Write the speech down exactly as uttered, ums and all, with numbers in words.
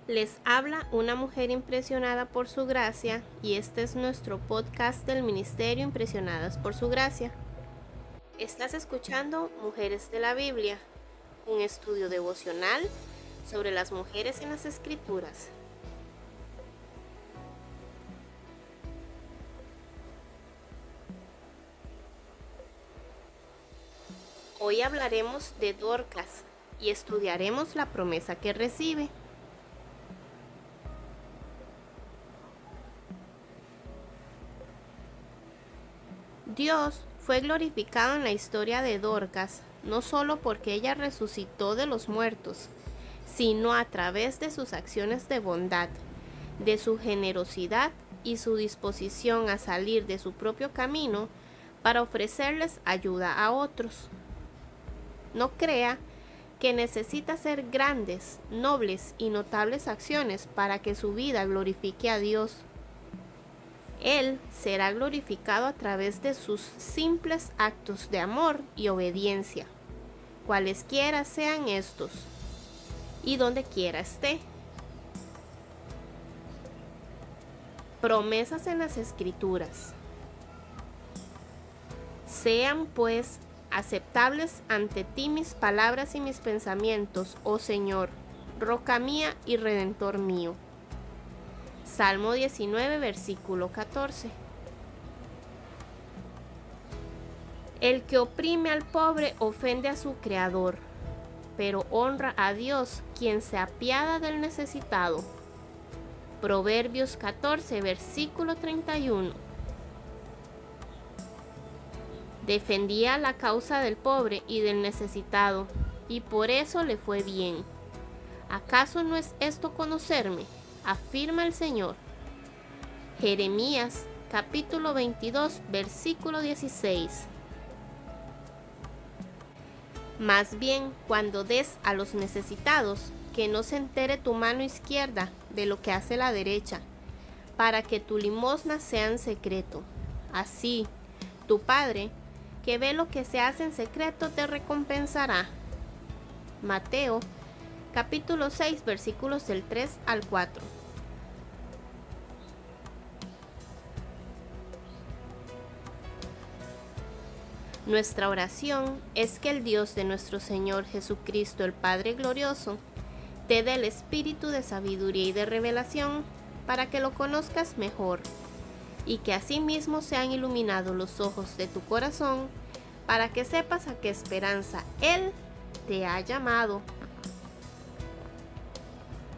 Les habla una mujer impresionada por su gracia y este es nuestro podcast del Ministerio Impresionadas por su gracia. Estás escuchando Mujeres de la Biblia, un estudio devocional sobre las mujeres en las Escrituras. Hoy hablaremos de Dorcas y estudiaremos la promesa que recibe. Dios fue glorificado en la historia de Dorcas, no solo porque ella resucitó de los muertos, sino a través de sus acciones de bondad, de su generosidad y su disposición a salir de su propio camino para ofrecerles ayuda a otros. No crea que necesita hacer grandes, nobles y notables acciones para que su vida glorifique a Dios. Él será glorificado a través de sus simples actos de amor y obediencia, cualesquiera sean estos, y donde quiera esté. Promesas en las Escrituras. Sean pues aceptables ante ti mis palabras y mis pensamientos, oh Señor, roca mía y redentor mío. Salmo diecinueve, versículo catorce. El que oprime al pobre ofende a su Creador, pero honra a Dios quien se apiada del necesitado. Proverbios catorce, versículo treinta y uno. Defendía la causa del pobre y del necesitado, y por eso le fue bien. ¿Acaso no es esto conocerme?, afirma el Señor. Jeremías capítulo veintidós, versículo dieciséis. Más bien, cuando des a los necesitados, que no se entere tu mano izquierda de lo que hace la derecha, para que tu limosna sea en secreto. Así, tu Padre, que ve lo que se hace en secreto, te recompensará. Mateo capítulo seis, versículos del tres al cuatro. Nuestra oración es que el Dios de nuestro Señor Jesucristo, el Padre glorioso, te dé el espíritu de sabiduría y de revelación para que lo conozcas mejor, y que asimismo sean iluminados los ojos de tu corazón para que sepas a qué esperanza Él te ha llamado,